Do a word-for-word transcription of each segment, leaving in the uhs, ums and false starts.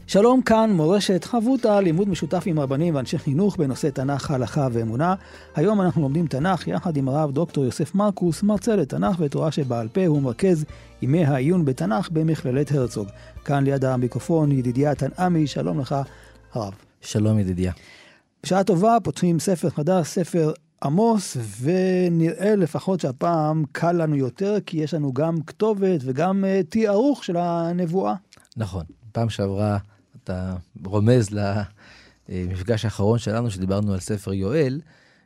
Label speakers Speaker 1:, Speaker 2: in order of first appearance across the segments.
Speaker 1: שלום, כאן מורשת חברותא, לימוד משותף עם רבנים ואנשי חינוך בנושא תנ"ך, הלכה ואמונה. היום אנחנו לומדים תנ"ך יחד עם הרב דוקטור יוסף מרקוס, מרצה לתנ"ך ותורה שבעל פה, הוא מרכז ימי העיון בתנ"ך במכללת הרצוג. כאן ליד המיקרופון ידידיה תנעמי, שלום לך הרב.
Speaker 2: שלום ידידיה.
Speaker 1: בשעה טובה פותחים ספר חדש, ספר עמוס, ונראה לפחות שהפעם קל לנו יותר, כי יש לנו גם כתובת וגם uh, תיארוך של הנבואה.
Speaker 2: נכון, פעם שעברה אתה רומז למפגש האחרון שלנו שדיברנו על ספר יואל,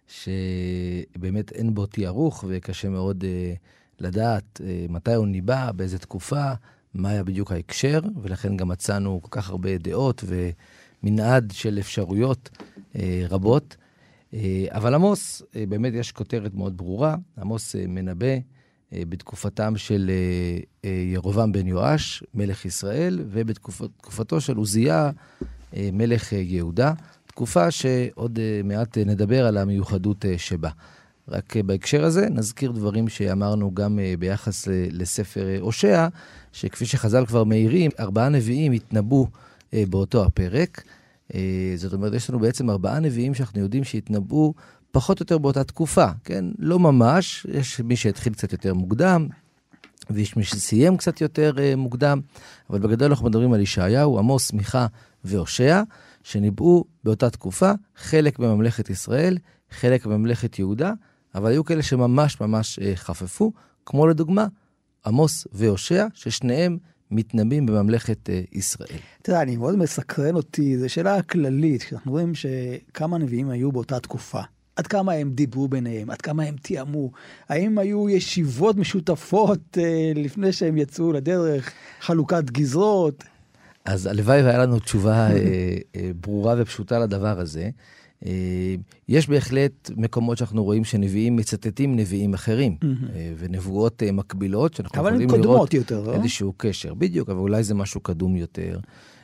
Speaker 2: שבאמת אין בו תיארוך וקשה מאוד uh, לדעת uh, מתי הוא ניבא, באיזה תקופה, מה היה בדיוק ההקשר, ולכן גם מצאנו כל כך הרבה דעות ומנעד של אפשרויות uh, רבות. Uh, אבל עמוס, uh, באמת יש כותרת מאוד ברורה, עמוס uh, מנבא, בתקופתם של ירובעם בן יואש, מלך ישראל, ובתקופתו של עוזיה, מלך יהודה, תקופה שעוד מעט נדבר על המיוחדות שבה. רק בהקשר הזה נזכיר דברים שאמרנו גם ביחס לספר הושע, שכפי שחז"ל כבר מעירים, ארבעה נביאים התנבאו באותו הפרק. זאת אומרת, יש לנו בעצם ארבעה נביאים שאנחנו יודעים שהתנבאו פחות או יותר באותה תקופה, כן? לא ממש, יש מי שהתחיל קצת יותר מוקדם, ויש מי שסיים קצת יותר uh, מוקדם, אבל בגדול אנחנו מדברים על ישעיהו, עמוס, מיכה והושע, שניבאו באותה תקופה, חלק בממלכת ישראל, חלק בממלכת יהודה, אבל היו כאלה שממש ממש uh, חפפו, כמו לדוגמה, עמוס והושע, ששניהם מתנבאים בממלכת uh, ישראל.
Speaker 1: תראה, אני מאוד מסקרן אותי, זו שאלה כללית, כשאנחנו רואים שכמה נביאים היו באותה תקופה. עד כמה הם דיברו ביניהם, עד כמה הם תיאמו, האם היו ישיבות משותפות אה, לפני שהם יצאו לדרך, חלוקת גזרות?
Speaker 2: אז הלוואי והיה לנו תשובה אה, אה, ברורה ופשוטה לדבר הזה. אה, יש בהחלט מקומות שאנחנו רואים שנביאים מצטטים נביאים אחרים, אה, ונבואות אה, מקבילות, שאנחנו יכולים לראות
Speaker 1: יותר,
Speaker 2: איזשהו קשר. בדיוק, אבל אולי זה משהו קדום יותר.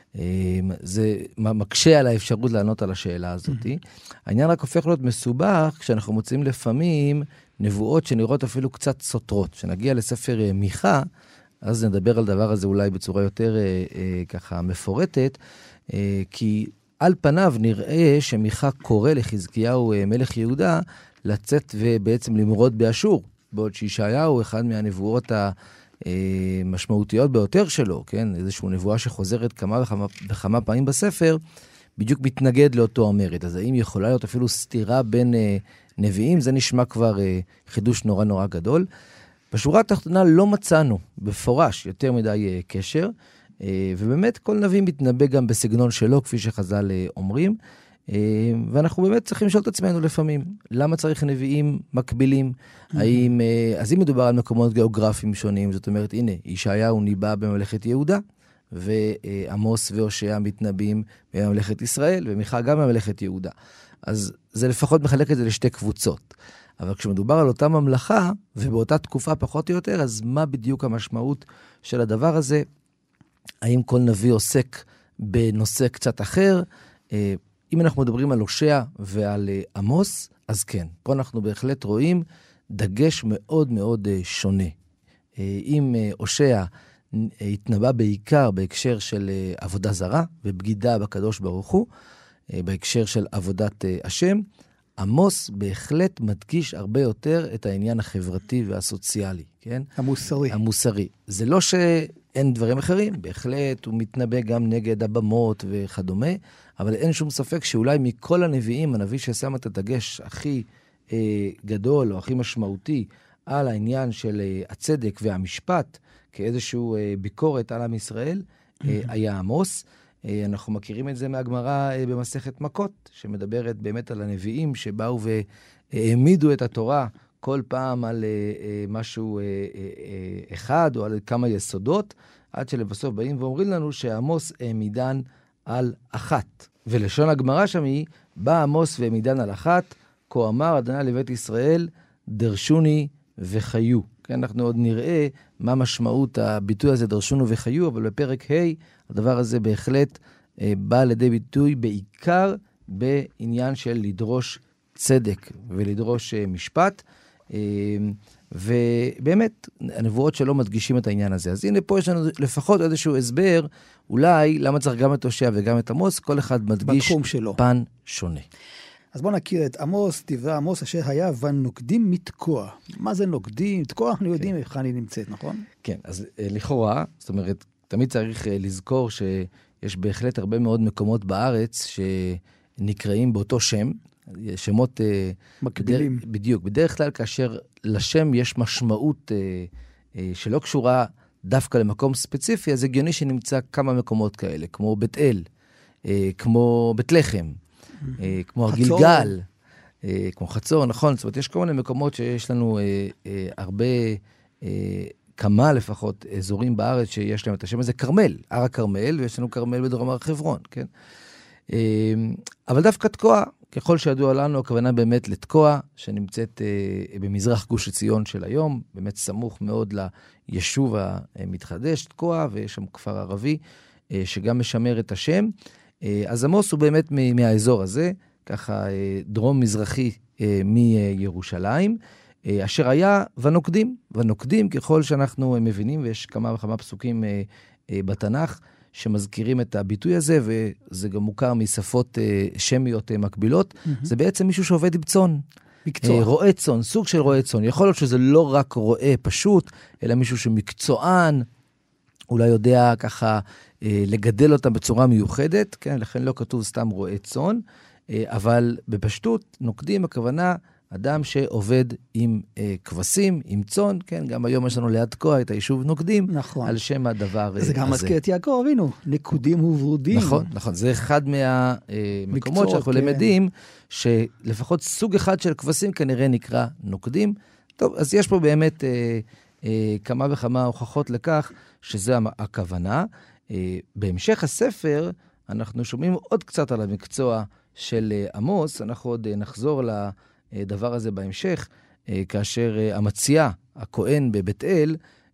Speaker 2: זה מקשה על האפשרות לענות על השאלה הזאת. העניין רק הופך להיות מסובך כשאנחנו מוצאים לפעמים נבואות שנראות אפילו קצת סותרות. כשנגיע לספר מיכה, אז נדבר על דבר הזה אולי בצורה יותר ככה מפורטת, כי על פניו נראה שמיכה קורא לחזקיהו מלך יהודה לצאת ובעצם למרוד באשור, בעוד שישעיהו אחד מהנבואות ה... משמעותיות ביותר שלו, כן? איזושהי נבואה שחוזרת כמה וכמה, וכמה פעמים בספר, בדיוק מתנגד לאותו המרד. אז האם יכולה להיות אפילו סתירה בין אה, נביאים? זה נשמע כבר אה, חידוש נורא נורא גדול. בשורה התחתונה לא מצאנו בפורש יותר מדי אה, קשר, אה, ובאמת כל נביא מתנבא גם בסגנון שלו, כפי שחז"ל אה, אומרים, ואנחנו באמת צריכים לשאול את עצמנו לפעמים, למה צריך נביאים מקבילים? האם, אז אם מדובר על מקומות גיאוגרפיים שונים, זאת אומרת, הנה, ישעיהו ניבא בממלכת יהודה, ועמוס והושע מתנבאים בממלכת ישראל, ומיכה גם בממלכת יהודה. אז זה לפחות מחלק את זה לשתי קבוצות. אבל כשמדובר על אותה ממלכה, ובאותה תקופה פחות או יותר, אז מה בדיוק המשמעות של הדבר הזה? האם כל נביא עוסק בנושא קצת אחר? אם אנחנו מדברים על הושע ועל עמוס, אז כן, פה אנחנו בהחלט רואים דגש מאוד מאוד שונה. אם הושע התנבא בעיקר בהקשר של עבודה זרה ובגידה בקדוש ברוך הוא, בהקשר של עבודת השם, עמוס בהחלט מדגיש הרבה יותר את העניין החברתי והסוציאלי, כן?
Speaker 1: המוסרי.
Speaker 2: המוסרי. זה לא שאין דברים אחרים, בהחלט הוא מתנבא גם נגד הבמות וכדומה, אבל אין שום ספק שאולי מכל הנביאים, הנביא ששם את הדגש הכי אה, גדול או הכי משמעותי על העניין של אה, הצדק והמשפט, כאיזשהו אה, ביקורת על עם ישראל, אה, היה עמוס. אה, אנחנו מכירים את זה מהגמרא אה, במסכת מכות, שמדברת באמת על הנביאים שבאו והעמידו את התורה כל פעם על אה, אה, משהו אה, אה, אחד או על כמה יסודות, עד שלבסוף באים ואומרים לנו שעמוס העמידן על אחת. ולשון הגמרא שם היא, בא עמוס והעמידן על אחת, כה אמר אדוני לבית ישראל, דרשוני וחיו. כן, אנחנו עוד נראה מה משמעות הביטוי הזה, דרשונו וחיו, אבל בפרק ה' הדבר הזה בהחלט אה, בא לידי ביטוי בעיקר בעניין של לדרוש צדק ולדרוש אה, משפט. אה, ובאמת, הנבואות שלו מדגישים את העניין הזה. אז הנה פה יש לנו לפחות איזשהו הסבר, אולי למה צריך גם את הושע וגם את עמוס, כל אחד מדגיש פן שונה.
Speaker 1: אז בואו נכיר את עמוס, דברי עמוס אשר היה ונוקדים מתקוע. מה זה נוקדים? תקוע אנחנו יודעים איפה אני נמצאת, נכון?
Speaker 2: כן, אז לכאורה, זאת אומרת, תמיד צריך לזכור שיש בהחלט הרבה מאוד מקומות בארץ שנקראים באותו שם, שמות
Speaker 1: מקבילים.
Speaker 2: בדרך, בדיוק, בדרך כלל כאשר לשם יש משמעות שלא קשורה דווקא למקום ספציפי, אז הגיוני שנמצא כמה מקומות כאלה, כמו בית אל, כמו בית לחם, כמו הגלגל, כמו חצור, נכון? זאת אומרת, יש כל מיני מקומות שיש לנו הרבה, כמה לפחות, אזורים בארץ שיש להם את השם הזה, קרמל, הר הכרמל, ויש לנו קרמל בדרום הר חברון, כן? אבל דווקא תקוע, ככל שידוע לנו, הכוונה באמת לתקוע, שנמצאת במזרח גוש עציון של היום, באמת סמוך מאוד ליישוב המתחדש, תקוע, ויש שם כפר ערבי, שגם משמר את השם. אז עמוס הוא באמת מהאזור הזה, ככה דרום-מזרחי מירושלים, אשר היה ונוקדים. ונוקדים, ככל שאנחנו מבינים, ויש כמה וכמה פסוקים בתנ"ך, שמזכירים את הביטוי הזה, וזה גם מוכר משפות שמיות מקבילות, mm-hmm. זה בעצם מישהו שעובד עם צאן.
Speaker 1: מקצוע.
Speaker 2: רועה צאן, סוג של רועה צאן. יכול להיות שזה לא רק רועה פשוט, אלא מישהו שמקצוען, אולי יודע ככה לגדל אותם בצורה מיוחדת, כן? לכן לא כתוב סתם רועה צאן, אבל בפשטות נוקדים הכוונה אדם שעובד עם אה, כבשים, עם צאן, כן? גם היום יש לנו ליד תקוע את היישוב נוקדים,
Speaker 1: נכון.
Speaker 2: על שם הדבר
Speaker 1: זה הזה. זה גם מזכיר את יעקב אבינו, נקודים וברודים.
Speaker 2: נכון, נכון. זה אחד מהמקומות אה, שאנחנו כן. למדים, שלפחות סוג אחד של כבשים כנראה נקרא נוקדים. טוב, אז יש פה באמת אה, אה, כמה וכמה הוכחות לכך שזה הכוונה. אה, בהמשך הספר, אנחנו שומעים עוד קצת על המקצוע של אה, עמוס, אנחנו עוד אה, נחזור ל... דבר הזה בהמשך, כאשר המציע, הכהן בבית אל,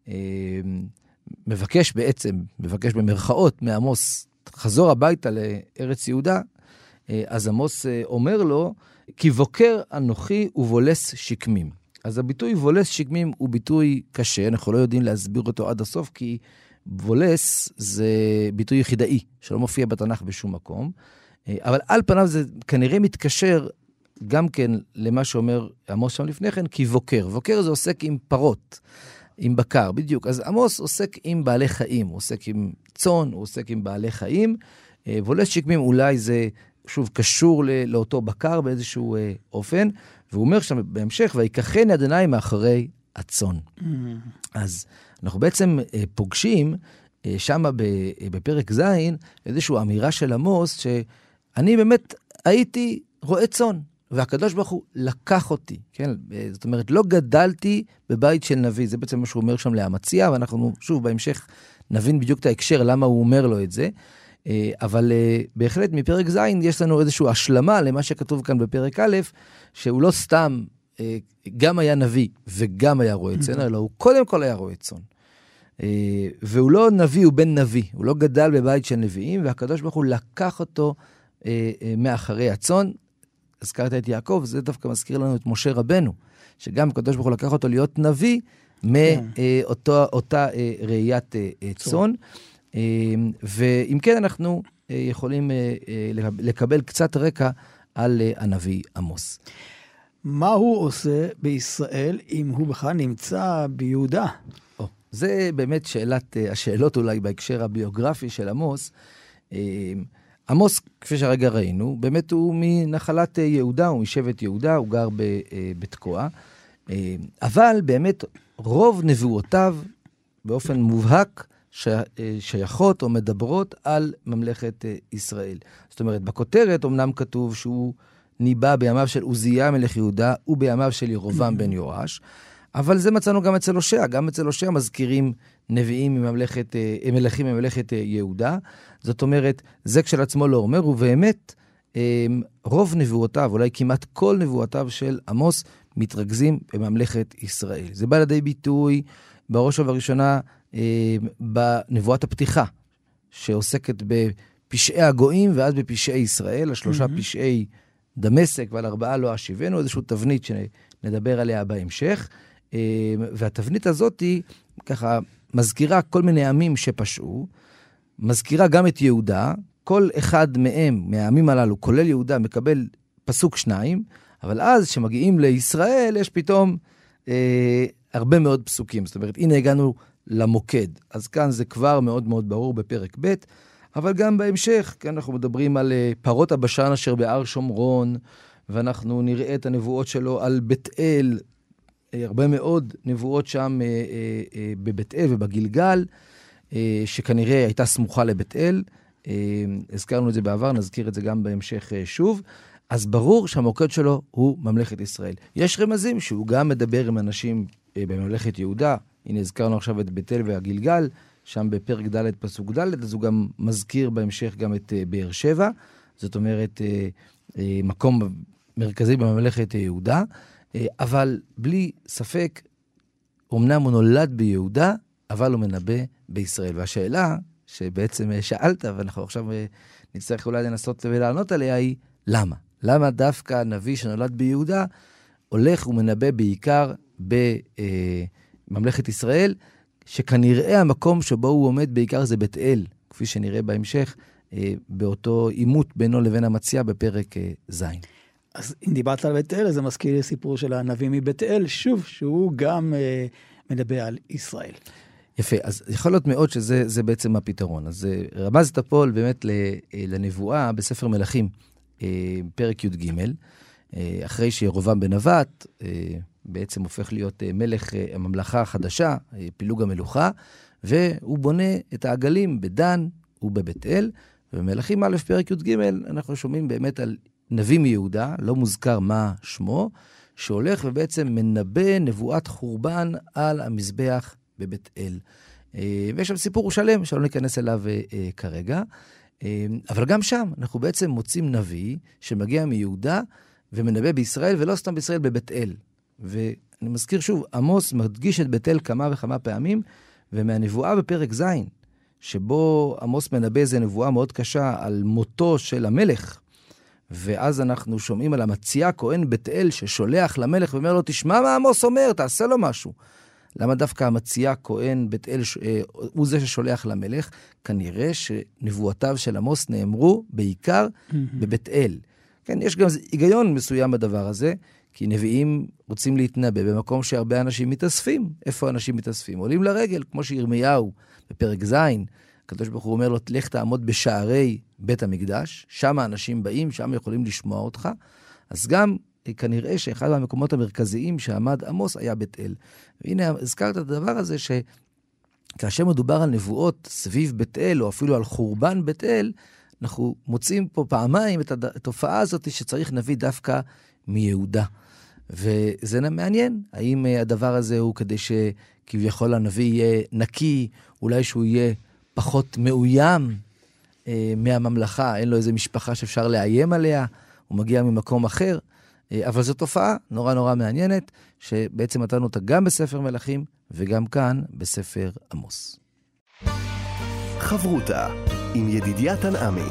Speaker 2: מבקש בעצם, מבקש במרכאות מעמוס, חזור הביתה לארץ יהודה, אז עמוס אומר לו, כי בוקר אנוכי ובולס שקמים. אז הביטוי בולס שקמים הוא ביטוי קשה, אנחנו לא יודעים להסביר אותו עד הסוף, כי בולס זה ביטוי יחידאי, שלא מופיע בתנ"ך בשום מקום, אבל על פניו זה כנראה מתקשר גם כן למה שאומר עמוס שם לפני כן, כי בוקר. בוקר זה עוסק עם פרות, עם בקר, בדיוק. אז עמוס עוסק עם בעלי חיים, הוא עוסק עם צאן, הוא עוסק עם בעלי חיים. בולס שקמים אולי זה, שוב, קשור לאותו בקר באיזשהו אופן, והוא אומר שם בהמשך, ויקחני אדוני מאחורי הצאן. Mm. אז אנחנו בעצם פוגשים שם בפרק ז' איזושהי אמירה של עמוס, שאני באמת הייתי רועה צאן. והקדוש ברוך הוא לקח אותי, כן? זאת אומרת, לא גדלתי בבית של נביא, זה בעצם מה שהוא אומר שם להמציע, ואנחנו שוב בהמשך נבין בדיוק את ההקשר, למה הוא אומר לו את זה, אבל בהחלט מפרק ז' יש לנו איזושהי השלמה למה שכתוב כאן בפרק א', שהוא לא סתם גם היה נביא וגם היה רועה צאן, אלא הוא קודם כל היה רועה צאן. והוא לא נביא, הוא בן נביא, הוא לא גדל בבית של נביאים, והקדוש ברוך הוא לקח אותו מאחרי הצאן. הזכרת את יעקב, זה דווקא מזכיר לנו את משה רבנו, שגם הקדוש ברוך הוא לקח אותו להיות נביא, מאותה ראיית צאן. ואם כן, אנחנו יכולים לקבל קצת רקע על הנביא עמוס.
Speaker 1: מה הוא עושה בישראל אם הוא בכלל נמצא ביהודה?
Speaker 2: זה באמת שאלת השאלות אולי בהקשר הביוגרפי של עמוס. עמוס, כפי שהרגע ראינו, באמת הוא מנחלת יהודה, הוא משבט יהודה, הוא גר בתקוע, אבל באמת רוב נבואותיו באופן מובהק שייכות או מדברות על ממלכת ישראל. זאת אומרת, בכותרת אמנם כתוב שהוא ניבא בימיו של עוזיה מלך יהודה ובימיו של ירובעם בן יואש, אבל זה מצאנו גם אצל הושע, גם אצל הושע מזכירים נביאים מממלכת, מלכים מממלכת יהודה. זאת אומרת, זה כשלעצמו לא אומר, ובאמת רוב נבואותיו, אולי כמעט כל נבואותיו של עמוס, מתרכזים בממלכת ישראל. זה בא לידי ביטוי בראש ובראשונה בנבואת הפתיחה, שעוסקת בפשעי הגויים ואז בפשעי ישראל, השלושה mm-hmm. פשעי דמשק ועל ארבעה לא אשיבנו, איזושהי תבנית שנדבר עליה בהמשך. והתבנית הזאת היא ככה מזכירה כל מיני עמים שפשעו, מזכירה גם את יהודה, כל אחד מהם, מהעמים הללו, כולל יהודה, מקבל פסוק שניים, אבל אז שמגיעים לישראל, יש פתאום אה, הרבה מאוד פסוקים. זאת אומרת, הנה הגענו למוקד. אז כאן זה כבר מאוד מאוד ברור בפרק ב', אבל גם בהמשך, כאן אנחנו מדברים על אה, פרות הבשן אשר בהר שומרון, ואנחנו נראה את הנבואות שלו על בית אל, אה, הרבה מאוד נבואות שם אה, אה, אה, בבית אל ובגלגל, אה, שכנראה הייתה סמוכה לבית אל. אה, הזכרנו את זה בעבר, נזכיר את זה גם בהמשך אה, שוב. אז ברור שהמוקד שלו הוא ממלכת ישראל. יש רמזים שהוא גם מדבר עם אנשים בממלכת יהודה. הנה הזכרנו עכשיו את בית אל והגלגל, שם בפרק ד' פסוק ד', אז הוא גם מזכיר בהמשך גם את באר שבע. זאת אומרת, מקום מרכזי בממלכת יהודה. אבל בלי ספק, אמנם הוא נולד ביהודה, אבל הוא מנבא בישראל. והשאלה שבעצם שאלת, ואנחנו עכשיו נצטרך אולי לנסות ולענות עליה, היא למה? למה דווקא הנביא שנולד ביהודה הולך ומנבא בעיקר בממלכת ישראל, שכנראה המקום שבו הוא עומד בעיקר זה בית אל, כפי שנראה בהמשך, באותו עימות בינו לבין המציע בפרק ז'.
Speaker 1: אז אם דיברת על בית אל, זה מזכיר סיפור של הנביא מבית אל, שוב, שהוא גם מדבר על ישראל.
Speaker 2: יפה, אז יכול להיות מאוד שזה זה בעצם הפתרון. אז רמזת פה באמת לנבואה בספר מלכים, פרק י"ג, אחרי שירובעם בן נבט בעצם הופך להיות מלך הממלכה החדשה, פילוג המלוכה, והוא בונה את העגלים בדן ובבית אל, ובמלכים א' פרק י"ג אנחנו שומעים באמת על נביא מיהודה, לא מוזכר מה שמו, שהולך ובעצם מנבא נבואת חורבן על המזבח בבית אל. ויש שם סיפור שלם שלא ניכנס אליו כרגע, אבל גם שם אנחנו בעצם מוצאים נביא שמגיע מיהודה ומנבא בישראל, ולא סתם בישראל, בבית אל. ואני מזכיר שוב, עמוס מדגיש את בית אל כמה וכמה פעמים, ומהנבואה בפרק ז', שבו עמוס מנבא איזו נבואה מאוד קשה על מותו של המלך, ואז אנחנו שומעים על המציע כהן בית אל ששולח למלך ואומר לו, תשמע מה עמוס אומר, תעשה לו משהו. למה דווקא המציע כהן בית אל הוא זה ששולח למלך? כנראה שנבואותיו של עמוס נאמרו בעיקר בבית אל. כן, יש גם היגיון מסוים בדבר הזה, כי נביאים רוצים להתנבא במקום שהרבה אנשים מתאספים. איפה אנשים מתאספים? עולים לרגל, כמו שירמיהו בפרק ז', הקדוש ברוך הוא אומר לו, לך תעמוד בשערי בית המקדש, שם האנשים באים, שם יכולים לשמוע אותך. אז גם כנראה שאחד מהמקומות המרכזיים שעמד עמוס היה בית אל. והנה, הזכרת את הדבר הזה שכאשר מדובר על נבואות סביב בית אל, או אפילו על חורבן בית אל, אנחנו מוצאים פה פעמיים את התופעה הזאת שצריך נביא דווקא מיהודה. וזה מעניין, האם הדבר הזה הוא כדי שכביכול הנביא יהיה נקי, אולי שהוא יהיה פחות מאוים אה, מהממלכה, אין לו איזו משפחה שאפשר לאיים עליה, הוא מגיע ממקום אחר, אה, אבל זו תופעה נורא נורא מעניינת, שבעצם נתנו אותה גם בספר מלכים, וגם כאן בספר עמוס.
Speaker 3: חברותה עם ידידיה תנעמי.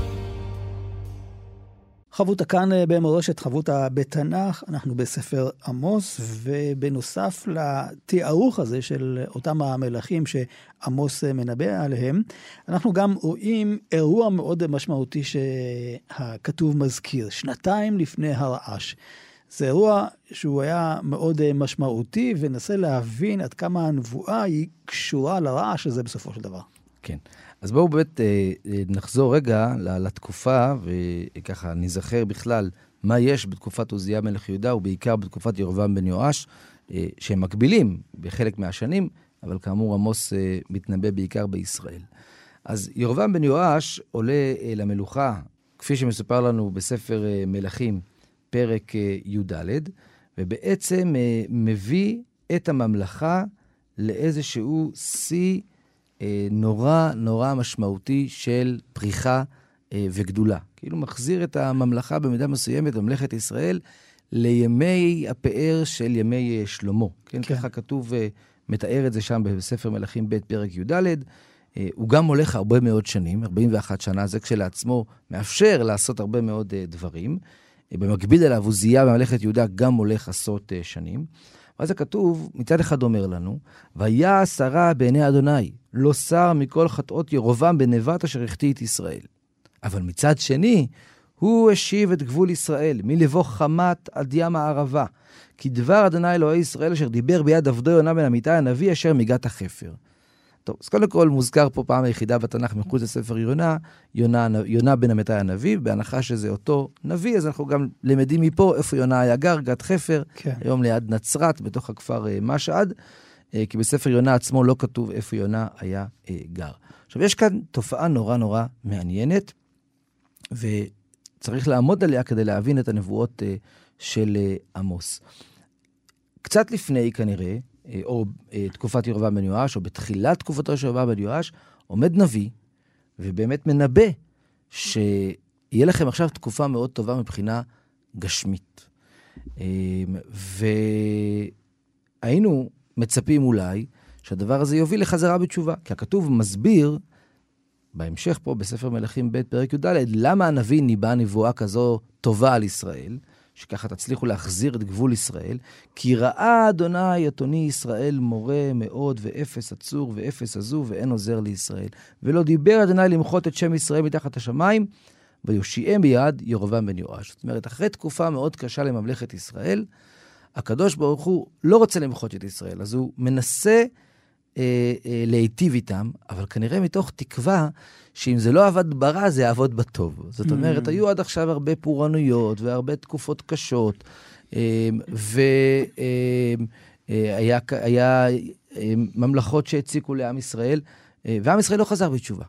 Speaker 1: חבותה כאן במורשת, חבותה בתנ"ך, אנחנו בספר עמוס, ובנוסף לתיארוך הזה של אותם המלכים שעמוס מנבא עליהם, אנחנו גם רואים אירוע מאוד משמעותי שהכתוב מזכיר, שנתיים לפני הרעש. זה אירוע שהוא היה מאוד משמעותי, וננסה להבין עד כמה הנבואה היא קשורה לרעש הזה בסופו של דבר.
Speaker 2: כן. אז בואו באמת אה, נחזור רגע לתקופה, וככה נזכר בכלל מה יש בתקופת עוזיה מלך יהודה, ובעיקר בתקופת ירובעם בן יואש, אה, שהם מקבילים בחלק מהשנים, אבל כאמור עמוס אה, מתנבא בעיקר בישראל. אז ירובעם בן יואש עולה אה, למלוכה, כפי שמסופר לנו בספר אה, מלכים, פרק אה, י"ד, ובעצם אה, מביא את הממלכה לאיזשהו שיא, נורא נורא משמעותי של פריחה וגדולה. כאילו מחזיר את הממלכה במידה מסוימת, ממלכת ישראל, לימי הפאר של ימי שלמה. כן, כן. ככה כתוב, מתאר את זה שם בספר מלכים ב' פרק י"ד. הוא גם הולך הרבה מאוד שנים, ארבעים ואחת שנה, זה כשלעצמו מאפשר לעשות הרבה מאוד דברים. במקביל אליו, עוזיה בממלכת יהודה גם הולך עשות שנים. ואז הכתוב מצד אחד אומר לנו, והיה שרה בעיני אדוני, לא שר מכל חטאות ירובעם בנבט אשר החטיא את ישראל. אבל מצד שני, הוא השיב את גבול ישראל, מלבוא חמת עד ים הערבה, כי דבר אדוני אלוהי ישראל אשר דיבר ביד עבדו יונה בן אמיתי הנביא אשר מגת החפר. טוב, אז קודם כל מוזכר פה פעם היחידה בתנ"ך מחוץ לספר יונה, יונה, יונה בן אמיתי הנביא, בהנחה שזה אותו נביא, אז אנחנו גם למדים מפה איפה יונה היה גר, גת חפר, כן. היום ליד נצרת, בתוך הכפר משעד, כי בספר יונה עצמו לא כתוב איפה יונה היה גר. עכשיו, יש כאן תופעה נורא נורא מעניינת, וצריך לעמוד עליה כדי להבין את הנבואות של עמוס. קצת לפני כנראה, או תקופת ירבעם בן יואש, או בתחילת תקופתו של ירבעם בן יואש, עומד נביא, ובאמת מנבא, שיהיה לכם עכשיו תקופה מאוד טובה מבחינה גשמית. והיינו מצפים אולי, שהדבר הזה יוביל לחזרה בתשובה, כי הכתוב מסביר, בהמשך פה בספר מלכים ב' פרק י"ד, למה הנביא ניבא נבואה כזו טובה על ישראל, שככה תצליחו להחזיר את גבול ישראל, כי ראה אדוני אתוני ישראל מורה מאוד ואפס עצור ואפס עזוב ואין עוזר לישראל. ולא דיבר אדוני למחות את שם ישראל מתחת השמיים, ויושיעם ביד ירבעם בן יואש. זאת אומרת, אחרי תקופה מאוד קשה לממלכת ישראל, הקדוש ברוך הוא לא רוצה למחות את ישראל, אז הוא מנסה אה, אה, להיטיב איתם, אבל כנראה מתוך תקווה שאם זה לא עבד ברע, זה יעבוד בטוב. זאת אומרת, mm-hmm. היו עד עכשיו הרבה פורענויות והרבה תקופות קשות, והיה היה ממלכות שהציקו לעם ישראל, ועם ישראל לא חזר בתשובה.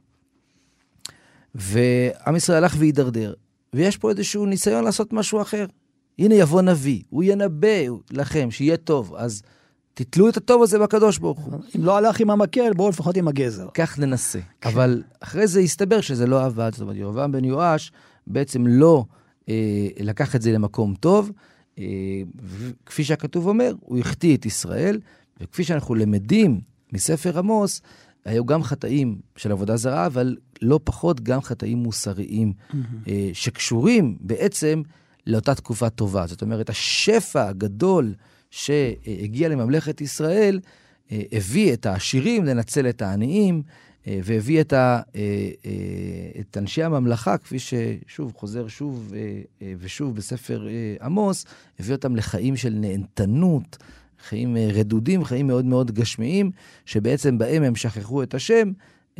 Speaker 2: ועם ישראל הלך והידרדר, ויש פה איזשהו ניסיון לעשות משהו אחר. הנה יבוא נביא, הוא ינבא לכם שיהיה טוב, אז תתלו את הטוב הזה בקדוש ברוך הוא.
Speaker 1: אם לא הלך עם המקל, בואו לפחות עם הגזר.
Speaker 2: כך ננסה. אבל אחרי זה הסתבר שזה לא עבד. זאת אומרת, ירבעם בן יואש בעצם לא אה, לקח את זה למקום טוב, אה, וכפי שהכתוב אומר, הוא החטיא את ישראל, וכפי שאנחנו למדים מספר עמוס, היו גם חטאים של עבודה זרה, אבל לא פחות גם חטאים מוסריים, mm-hmm. אה, שקשורים בעצם לאותה תקופה טובה. זאת אומרת, השפע הגדול שהגיע לממלכת ישראל, הביא את העשירים לנצל את העניים, והביא את, ה, את אנשי הממלכה, כפי ששוב חוזר שוב ושוב בספר עמוס, הביא אותם לחיים של נהנתנות, חיים רדודים, חיים מאוד מאוד גשמיים, שבעצם בהם הם שכחו את השם,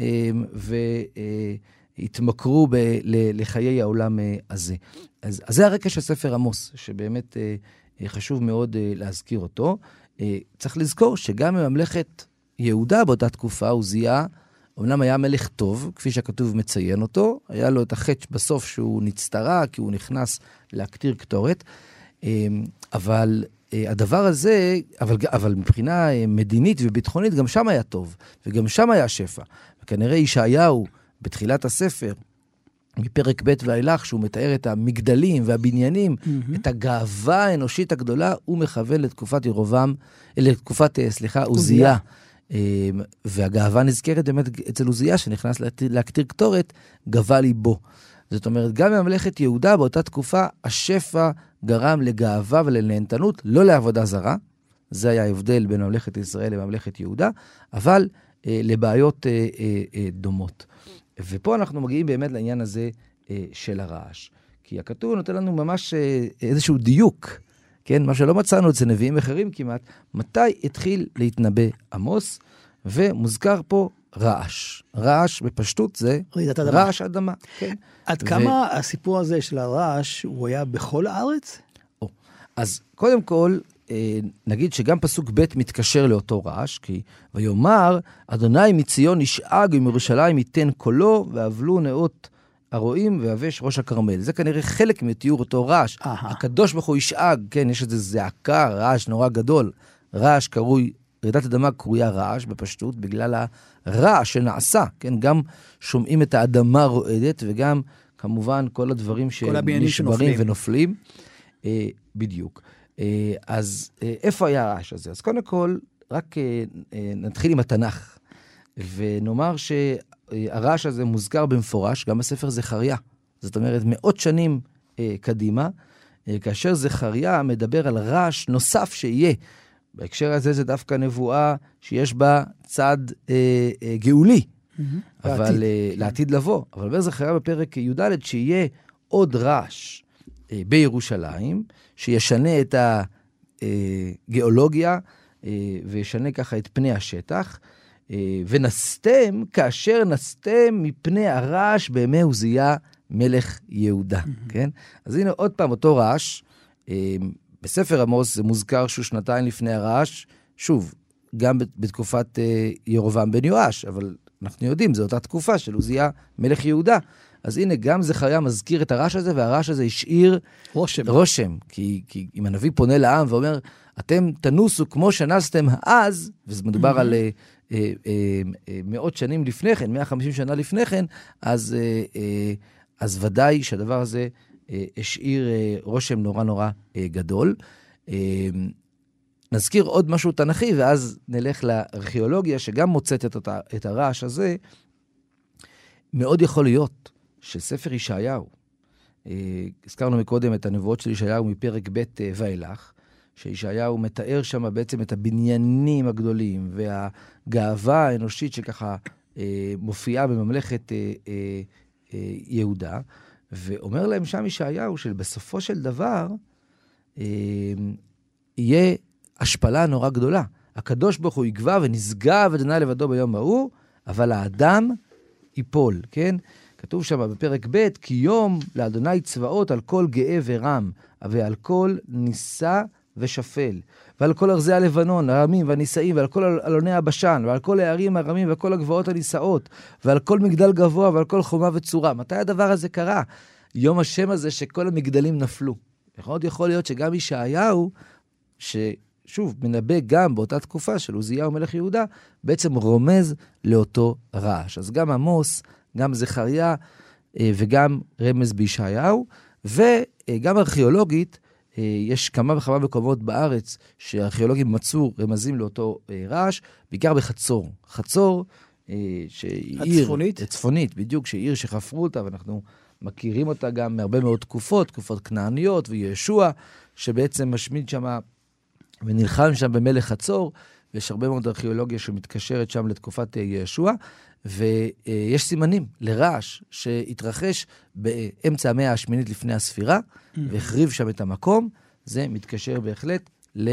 Speaker 2: והתמכרו ב, לחיי העולם הזה. אז, אז זה הרקע של ספר עמוס, שבאמת חשוב מאוד להזכיר אותו. צריך לזכור שגם ממלכת יהודה באותה תקופה, עוזיה, אומנם היה מלך טוב, כפי שהכתוב מציין אותו, היה לו את החטא בסוף שהוא נצטרה, כי הוא נכנס להקטיר קטורת, אבל הדבר הזה, אבל, אבל מבחינה מדינית וביטחונית, גם שם היה טוב, וגם שם היה שפע. וכנראה ישעיהו, בתחילת הספר, מפרק ב' ואילך, שהוא מתאר את המגדלים והבניינים, mm-hmm. את הגאווה האנושית הגדולה, הוא מכוון לתקופת ירבעם, לתקופת, סליחה, עוזיה. והגאווה נזכרת באמת אצל עוזיה, שנכנס להקטיר קטורת, גבה ליבו. זאת אומרת, גם בממלכת יהודה, באותה תקופה, השפע גרם לגאווה ולנהנתנות, לא לעבודה זרה. זה היה ההבדל בין ממלכת ישראל לממלכת יהודה, אבל אה, לבעיות אה, אה, אה, דומות. ופה אנחנו מגיעים באמת לעניין הזה אה, של הרעש. כי הכתוב נותן לנו ממש אה, איזשהו דיוק, כן? מה שלא מצאנו אצל נביאים אחרים כמעט, מתי התחיל להתנבא עמוס, ומוזכר פה רעש. רעש בפשטות זה רעש אדמה. כן.
Speaker 1: עד ו... כמה הסיפור הזה של הרעש, הוא היה בכל הארץ?
Speaker 2: או. אז קודם כל, נגיד שגם פסוק ב' מתקשר לאותו רעש, כי ויאמר, אדוני מציון ישאג ומירושלים ייתן קולו, ואבלו נאות הרועים ויבש ראש הכרמל. זה כנראה חלק מתיאור אותו רעש. Aha. הקדוש ברוך הוא ישאג, כן, יש איזה זעקה, רעש נורא גדול. רעש קרוי, רעידת אדמה קרויה רעש בפשטות, בגלל הרעש שנעשה, כן, גם שומעים את האדמה רועדת, וגם כמובן כל הדברים שנשברים ונופלים. אה, בדיוק. אז איפה היה הרעש הזה? אז קודם כל, רק נתחיל עם התנ"ך, ונאמר שהרעש הזה מוזכר במפורש, גם בספר זכריה. זאת אומרת, מאות שנים קדימה, כאשר זכריה מדבר על רעש נוסף שיהיה בהקשר הזה זה דווקא נבואה שיש בה צד אה, אה, גאולי, mm-hmm. אבל אה, לעתיד לבוא. אבל אומר זכריה בפרק י"ד שיהיה עוד רעש אה, בירושלים, שישנה את הגיאולוגיה, אה, וישנה ככה את פני השטח, אה, ונסתם כאשר נסתם מפני הרעש בימי עוזיה מלך יהודה. Mm-hmm. כן? אז הנה עוד פעם אותו רעש, אה, בספר עמוס זה מוזכר שהוא שנתיים לפני הרעש, שוב, גם בתקופת אה, ירובעם בן יואש, אבל אנחנו יודעים, זו אותה תקופה של עוזיה מלך יהודה. אז הנה, גם זכריה מזכיר את הרעש הזה, והרעש הזה השאיר
Speaker 1: רושם.
Speaker 2: רושם. כי, כי אם הנביא פונה לעם ואומר, אתם תנוסו כמו שנסתם אז, וזה מדובר mm-hmm. על אה, אה, אה, אה, מאות שנים לפני כן, מאה וחמישים שנה לפני כן, אז, אה, אה, אז ודאי שהדבר הזה השאיר רושם נורא נורא גדול. נזכיר עוד משהו תנכי, ואז נלך לארכיאולוגיה, שגם מוצאת את, אותה, את הרעש הזה. מאוד יכול להיות שספר ישעיהו, הזכרנו מקודם את הנבואות של ישעיהו מפרק ב' ואילך, שישעיהו מתאר שם בעצם את הבניינים הגדולים, והגאווה האנושית שככה מופיעה בממלכת יהודה, ואומר להם שם ישעיהו שבסופו של דבר אה, יהיה השפלה נורא גדולה. הקדוש ברוך הוא יגבה ונשגב אדוני לבדו ביום ההוא, אבל האדם ייפול, כן? כתוב שם בפרק ב' כי יום לאדוני צבאות על כל גאה ורם, ועל כל ניסה ושפל, ועל כל ארזי הלבנון, הרמים והניסאים, ועל כל אלוני הבשן, ועל כל הערים הרמים, ועל כל הגבעות הנישאות, ועל כל מגדל גבוה, ועל כל חומה וצורה. מתי הדבר הזה קרה? יום השם הזה שכל המגדלים נפלו. מאוד יכול להיות שגם ישעיהו, ששוב, מנבא גם באותה תקופה של עוזיהו מלך יהודה, בעצם רומז לאותו רעש. אז גם עמוס, גם זכריה, וגם רמז בישעיהו, וגם ארכיאולוגית, יש כמה וכמה מקומות בארץ שהארכיאולוגים מצאו רמזים לאותו רעש, בעיקר בחצור. חצור, שהיא
Speaker 1: הצפונית?
Speaker 2: הצפונית, בדיוק, שהיא עיר שחפרו אותה, ואנחנו מכירים אותה גם מהרבה מאוד תקופות, תקופות כנעניות וישוע, שבעצם משמיד שם ונלחם שם במלך חצור, ויש הרבה מאוד ארכיאולוגיה שמתקשרת שם לתקופת ישוע, ויש סימנים לרעש שהתרחש באמצע המאה השמינית לפני הספירה, והחריב שם את המקום. זה מתקשר בהחלט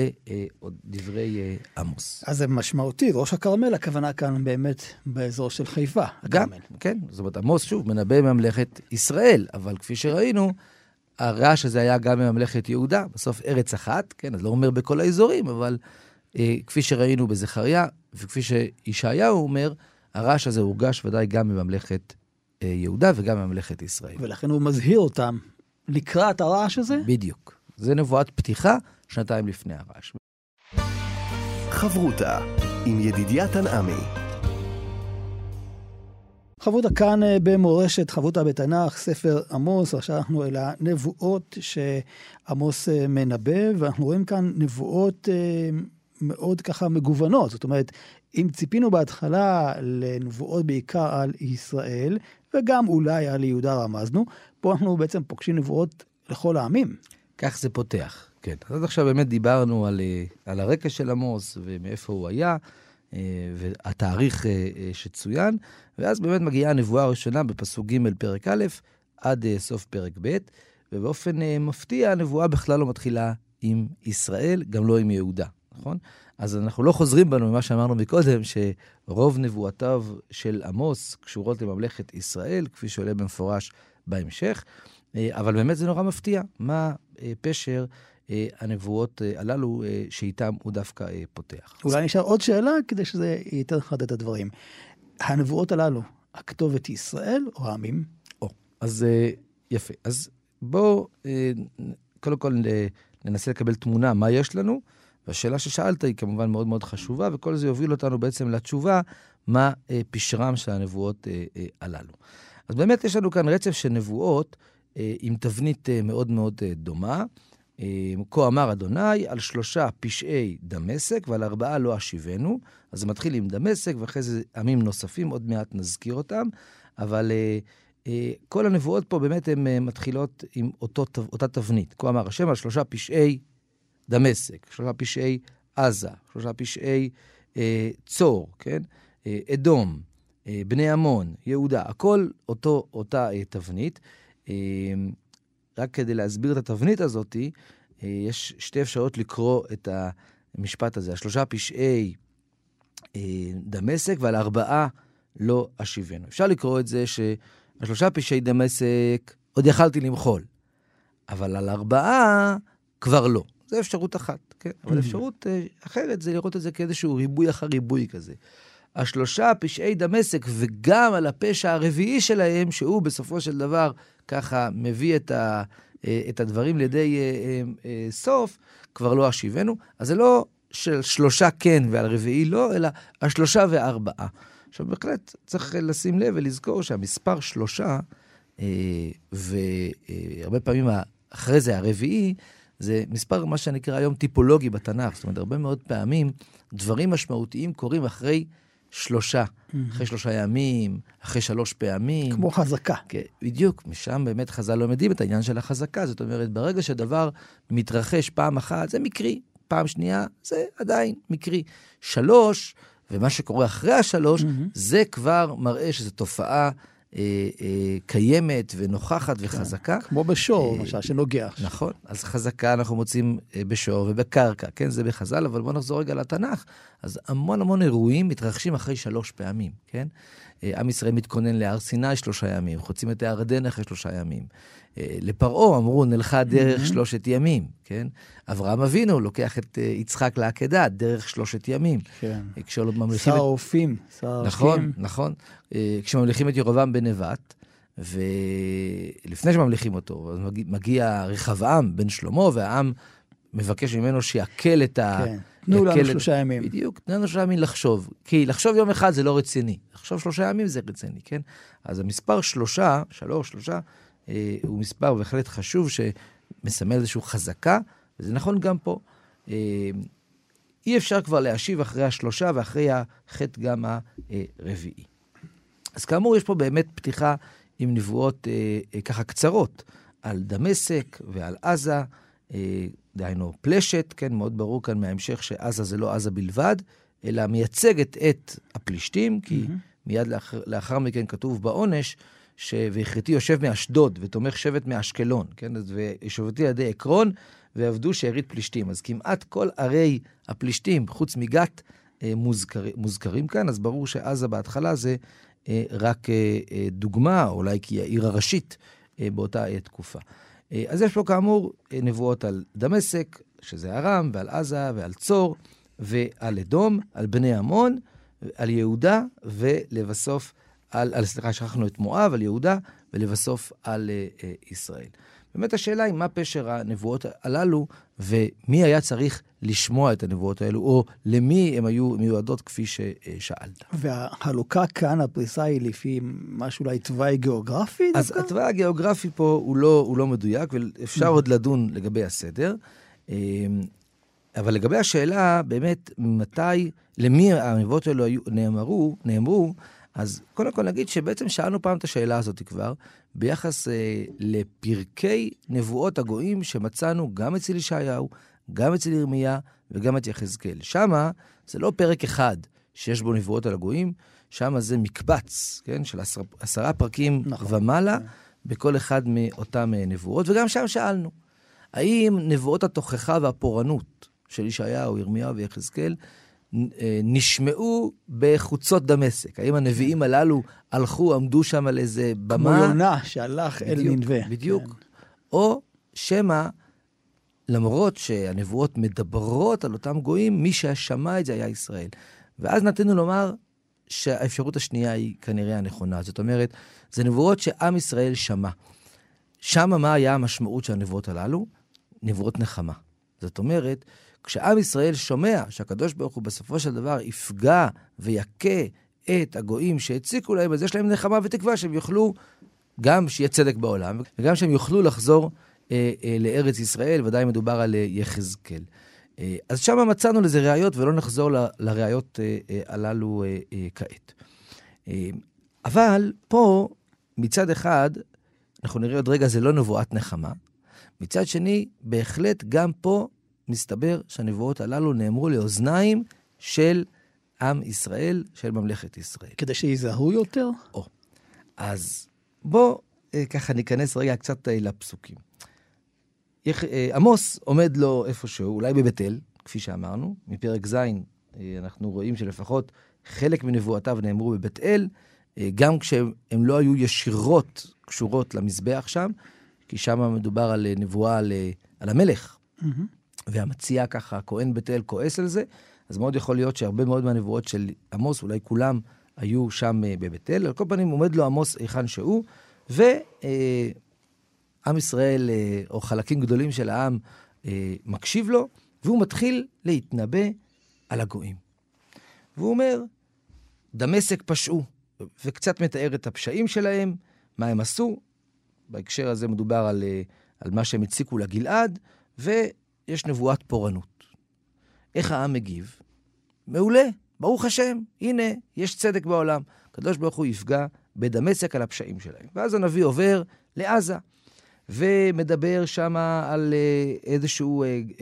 Speaker 2: לדברי עמוס.
Speaker 1: אז זה משמעותי, ראש הכרמל, הכוונה כאן באמת באזור של חיפה.
Speaker 2: גם, כן, זאת אומרת, עמוס שוב מנבא ממלכת ישראל, אבל כפי שראינו, הרעש הזה היה גם ממלכת יהודה, בסוף ארץ אחת, כן, אז לא אומר בכל האזורים, אבל אה, כפי שראינו בזכריה, וכפי שישעיהו אומר, הרעש הזה הורגש ודאי גם מממלכת אה, יהודה וגם מממלכת ישראל.
Speaker 1: ולכן הוא מזהיר אותם לקראת הרעש הזה?
Speaker 2: בדיוק. זה נבואת פתיחה, שנתיים לפני הרעש.
Speaker 3: חברותה עם ידידיה תנעמי.
Speaker 1: חברותה כאן במורשת, חברותה בתנ"ך, ספר עמוס. עכשיו אנחנו אל הנבואות שעמוס מנבא, ואנחנו רואים כאן נבואות מאוד ככה מגוונות. זאת אומרת, אם ציפינו בהתחלה לנבואות בעיקר על ישראל, וגם אולי על יהודה רמזנו, פה אנחנו בעצם פוגשים נבואות לכל העמים.
Speaker 2: כך זה פותח, כן. אז עכשיו באמת דיברנו על, על הרקע של עמוס, ומאיפה הוא היה, והתאריך שצוין, ואז באמת מגיעה הנבואה הראשונה בפסוק ג' פרק א', עד סוף פרק ב', ובאופן מפתיע הנבואה בכלל לא מתחילה עם ישראל, גם לא עם יהודה, נכון? אז אנחנו לא חוזרים בנו ממה שאמרנו מקודם, שרוב נבואותיו של עמוס קשורות לממלכת ישראל, כפי שעולה במפורש בהמשך, אבל באמת זה נורא מפתיע. מה פשר הנבואות הללו שאיתם הוא דווקא פותח?
Speaker 1: אולי נשאר עוד שאלה כדי שזה ייתן לך את הדברים. הנבואות הללו, הכתובת ישראל או העמים?
Speaker 2: או, אז יפה. אז בואו קודם כל ננסה לקבל תמונה מה יש לנו, והשאלה ששאלת היא כמובן מאוד מאוד חשובה, וכל זה יוביל אותנו בעצם לתשובה מה פשרם של הנבואות הללו. אז באמת יש לנו כאן רצף של נבואות עם תבנית מאוד מאוד דומה. כה אמר אדוני, על שלושה פשעי דמשק ועל ארבעה לא אשיבנו. אז זה מתחיל עם דמשק, ואחרי זה עמים נוספים, עוד מעט נזכיר אותם. אבל כל הנבואות פה באמת הן מתחילות עם אותו, אותה תבנית. כה אמר השם על שלושה פשעי דמשק, שלושה פשעי עזה, שלושה פשעי אה, צור, כן? אה, אדום, אה, בני עמון, יהודה, הכל אותו, אותה אה, תבנית. אה, רק כדי להסביר את התבנית הזאת, אה, יש שתי אפשרויות לקרוא את המשפט הזה. השלושה פשעי אה, דמשק ועל ארבעה לא אשיבנו. אפשר לקרוא את זה שהשלושה פשעי דמשק עוד יכלתי למחול, אבל על ארבעה כבר לא. זו אפשרות אחת, כן? אבל אפשרות אחרת זה לראות את זה כאיזשהו ריבוי אחר ריבוי כזה. השלושה פשעי דמשק וגם על הפשע הרביעי שלהם, שהוא בסופו של דבר ככה מביא את, ה, את הדברים לידי סוף, כבר לא אשיבנו. אז זה לא של שלושה כן ועל רביעי לא, אלא השלושה וארבעה. עכשיו, בהחלט צריך לשים לב ולזכור שהמספר שלושה, והרבה פעמים אחרי זה הרביעי, זה מספר מה שנקרא היום טיפולוגי בתנ"ך. זאת אומרת, הרבה מאוד פעמים דברים משמעותיים קורים אחרי שלושה. אחרי שלושה ימים, אחרי שלוש פעמים.
Speaker 1: כמו חזקה.
Speaker 2: כן, בדיוק. משם באמת חז"ל לומדים את העניין של החזקה. זאת אומרת, ברגע שדבר מתרחש פעם אחת, זה מקרי. פעם שנייה, זה עדיין מקרי. שלוש, ומה שקורה אחרי השלוש, זה כבר מראה שזו תופעה אה, אה, קיימת ונוכחת וחזקה.
Speaker 1: כמו בשור, למשל, שנוגח.
Speaker 2: נכון. אז חזקה אנחנו מוצאים אה, בשור ובקרקע. כן, זה בחז"ל, אבל בואו נחזור רגע לתנ"ך. אז המון המון אירועים מתרחשים אחרי שלוש פעמים, כן? אה, עם ישראל מתכונן להר סיני שלושה ימים, חוצים את הירדן אחרי שלושה ימים. אה, לפרעה אמרו, נלכה דרך mm-hmm. שלושת ימים, כן? אברהם אבינו לוקח את אה, יצחק לעקדה, דרך שלושת ימים. כן. אה, כשממליכים
Speaker 1: שר האופים.
Speaker 2: את... נכון, נכון. אה, כשממליכים את ירבעם בן נבט, ולפני שממליכים אותו, אז מגיע, מגיע רחבעם בן שלמה, והעם מבקש ממנו שיקל את ה...
Speaker 1: כן. תנו לנו שלושה ימים.
Speaker 2: בדיוק, תנו לנו שלושה ימים לחשוב. כי לחשוב יום אחד זה לא רציני. לחשוב שלושה ימים זה רציני, כן? אז המספר שלושה, שלוש, שלושה, אה, הוא מספר בהחלט חשוב שמסמל איזושהי חזקה, וזה נכון גם פה. אה, אי אפשר כבר להשיב אחרי השלושה ואחרי החטא גם הרביעי. אז כאמור, יש פה באמת פתיחה עם נבואות אה, אה, ככה קצרות, על דמשק ועל עזה, אה, דהיינו פלשת, כן, מאוד ברור כאן מההמשך שעזה זה לא עזה בלבד, אלא מייצגת את הפלישתים, כי mm-hmm. מיד לאחר, לאחר מכן כתוב בעונש, שויחרתי יושב מאשדוד ותומך שבט מאשקלון, כן, וישובתי ידי עקרון, ועבדו שארית פלישתים. אז כמעט כל ערי הפלישתים, חוץ מגת, אה, מוזכר, מוזכרים כאן, אז ברור שעזה בהתחלה זה אה, רק אה, אה, דוגמה, אולי כי העיר הראשית אה, באותה אה, תקופה. אז יש פה כאמור נבואות על דמשק, שזה ארם, ועל עזה, ועל צור, ועל אדום, על בני עמון, על יהודה, ולבסוף על, על סליחה, שכחנו את מואב, על יהודה, ולבסוף על uh, uh, ישראל. באמת השאלה היא מה פשר הנבואות הללו, ומי היה צריך לשמוע את הנבואות האלו, או למי הם היו מיועדות כפי ששאלת.
Speaker 1: והחלוקה כאן, הפריסה היא לפי משהו אולי תוואי גיאוגרפי?
Speaker 2: אז דווקא? התוואי הגיאוגרפי פה הוא לא, הוא לא מדויק, ואפשר עוד לדון לגבי הסדר. אבל לגבי השאלה, באמת, מתי, למי הנבואות האלו נאמרו, נאמרו, אז קודם כל נגיד שבעצם שאלנו פעם את השאלה הזאת כבר, ביחס אה, לפרקי נבואות הגויים שמצאנו גם אצל ישעיהו, גם אצל ירמיה וגם את יחזקאל. שמה זה לא פרק אחד שיש בו נבואות על הגויים, שמה זה מקבץ, כן, של עשר, עשרה פרקים נכון. ומעלה, בכל אחד מאותם נבואות, וגם שם שאלנו, האם נבואות התוכחה והפורענות של ישעיהו, ירמיה ויחזקאל, נשמעו בחוצות דמשק. האם הנביאים הללו הלכו, עמדו שם על איזה במה?
Speaker 1: כמו יונה שהלך אל נינווה.
Speaker 2: בדיוק. כן. או שמה, למרות שהנבואות מדברות על אותם גויים, מי ששמע את זה היה ישראל. ואז נתנו לומר שהאפשרות השנייה היא כנראה הנכונה. זאת אומרת, זה נבואות שעם ישראל שמע. שמה מה היה המשמעות של הנבואות הללו? נבואות נחמה. זאת אומרת, כשעם ישראל שומע שהקדוש ברוך הוא בסופו של דבר יפגע ויקה את הגויים שהציקו להם, אז יש להם נחמה ותקווה שהם יוכלו, גם שיהיה צדק בעולם, וגם שהם יוכלו לחזור אה, אה, לארץ ישראל, ודאי מדובר על אה, יחזקאל. אה, אז שם מצאנו לזה ראיות, ולא נחזור ל, לראיות אה, אה, הללו אה, אה, כעת. אה, אבל פה, מצד אחד, אנחנו נראה עוד רגע, זה לא נבואת נחמה. מצד שני, בהחלט גם פה, מסתבר שהנבואות הללו נאמרו לאוזניים של עם ישראל, של ממלכת ישראל.
Speaker 1: כדי שיזהרו יותר?
Speaker 2: או. אז בוא ככה ניכנס רגע קצת לפסוקים. עמוס עומד לו איפשהו, אולי בבית אל, כפי שאמרנו, מפרק ז' אנחנו רואים שלפחות חלק מנבואותיו נאמרו בבית אל, גם כשהם לא היו ישירות קשורות למזבח שם, כי שם מדובר על נבואה על, על המלך. Mm-hmm. והמציע ככה, כהן בית אל כועס על זה, אז מאוד יכול להיות שהרבה מאוד מהנבואות של עמוס, אולי כולם היו שם בבית אל, על כל פנים עומד לו עמוס היכן שהוא, ועם ישראל, או חלקים גדולים של העם, מקשיב לו, והוא מתחיל להתנבא על הגויים. והוא אומר, דמשק פשעו, וקצת מתאר את הפשעים שלהם, מה הם עשו. בהקשר הזה מדובר על, על מה שהם הציקו לגלעד, ויש נבואת פורענות. איך העם מגיב? מעולה, ברוך השם, הנה, יש צדק בעולם. הקדוש ברוך הוא יפגע בדמשק על הפשעים שלהם. ואז הנביא עובר לעזה, ומדבר שם על איזשהו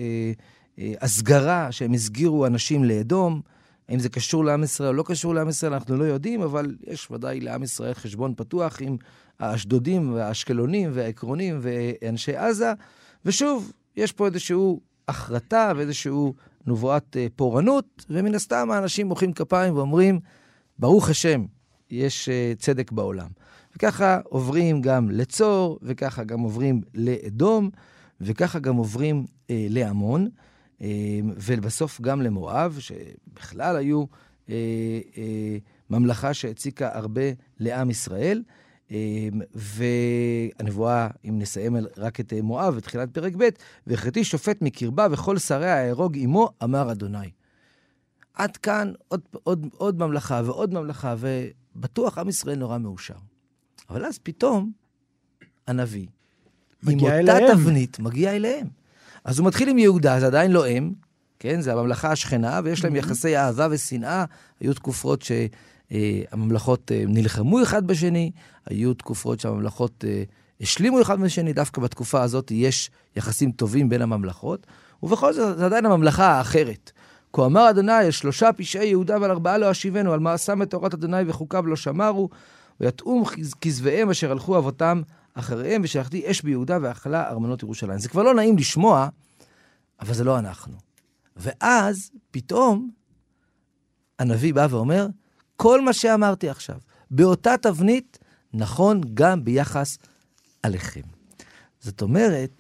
Speaker 2: הסגרה שהם הסגירו אנשים לאדום. האם זה קשור לעם ישראל או לא קשור לעם ישראל, אנחנו לא יודעים, אבל יש ודאי לעם ישראל חשבון פתוח עם האשדודים והאשקלונים והעקרונים ואנשי עזה, ושוב, יש פה איזשהו החרטה ואיזשהו נבואת פורענות, ומן הסתם האנשים מוחאים כפיים ואומרים, ברוך השם, יש צדק בעולם. וככה עוברים גם לצור, וככה גם עוברים לאדום, וככה גם עוברים אה, לעמון, אה, ובסוף גם למואב, שבכלל היו אה, אה, ממלכה שהציקה הרבה לעם ישראל, אה, והנבואה, אם נסיים רק את מואב, בתחילת פרק ב', והחריתי שופט מקרבה וכל שריה הארוג עמו, אמר אדוני. עד כאן עוד, עוד, עוד ממלכה ועוד ממלכה, ובטוח עם ישראל נורא מאושר. אבל אז פתאום הנביא, עם אותה תבנית, מגיע אליהם. אז הוא מתחיל עם יהודה, זה עדיין לא הם, כן? זה הממלכה השכנה, ויש להם יחסי אהבה ושנאה. היו תקופות שהממלכות נלחמו אחד בשני, היו תקופות שהממלכות השלימו אחד בשני, דווקא בתקופה הזאת יש יחסים טובים בין הממלכות, ובכל זאת זה עדיין הממלכה האחרת. כה אמר אדוני, על שלושה פשעי יהודה ועל ארבעה לא אשיבנו, על מעשם את תורת אדוני וחוקיו לא שמרו, ויתאום כזבאיהם אשר הלכו אבותם אחריהם, ושלחתי אש ביהודה ואכלה ארמנות ירושלים. זה כבר לא נעים לשמוע, אבל זה לא אנחנו. ואז פתאום הנביא בא ואומר, כל מה שאמרתי עכשיו, באותה תבנית, נכון גם ביחס עליכם. זאת אומרת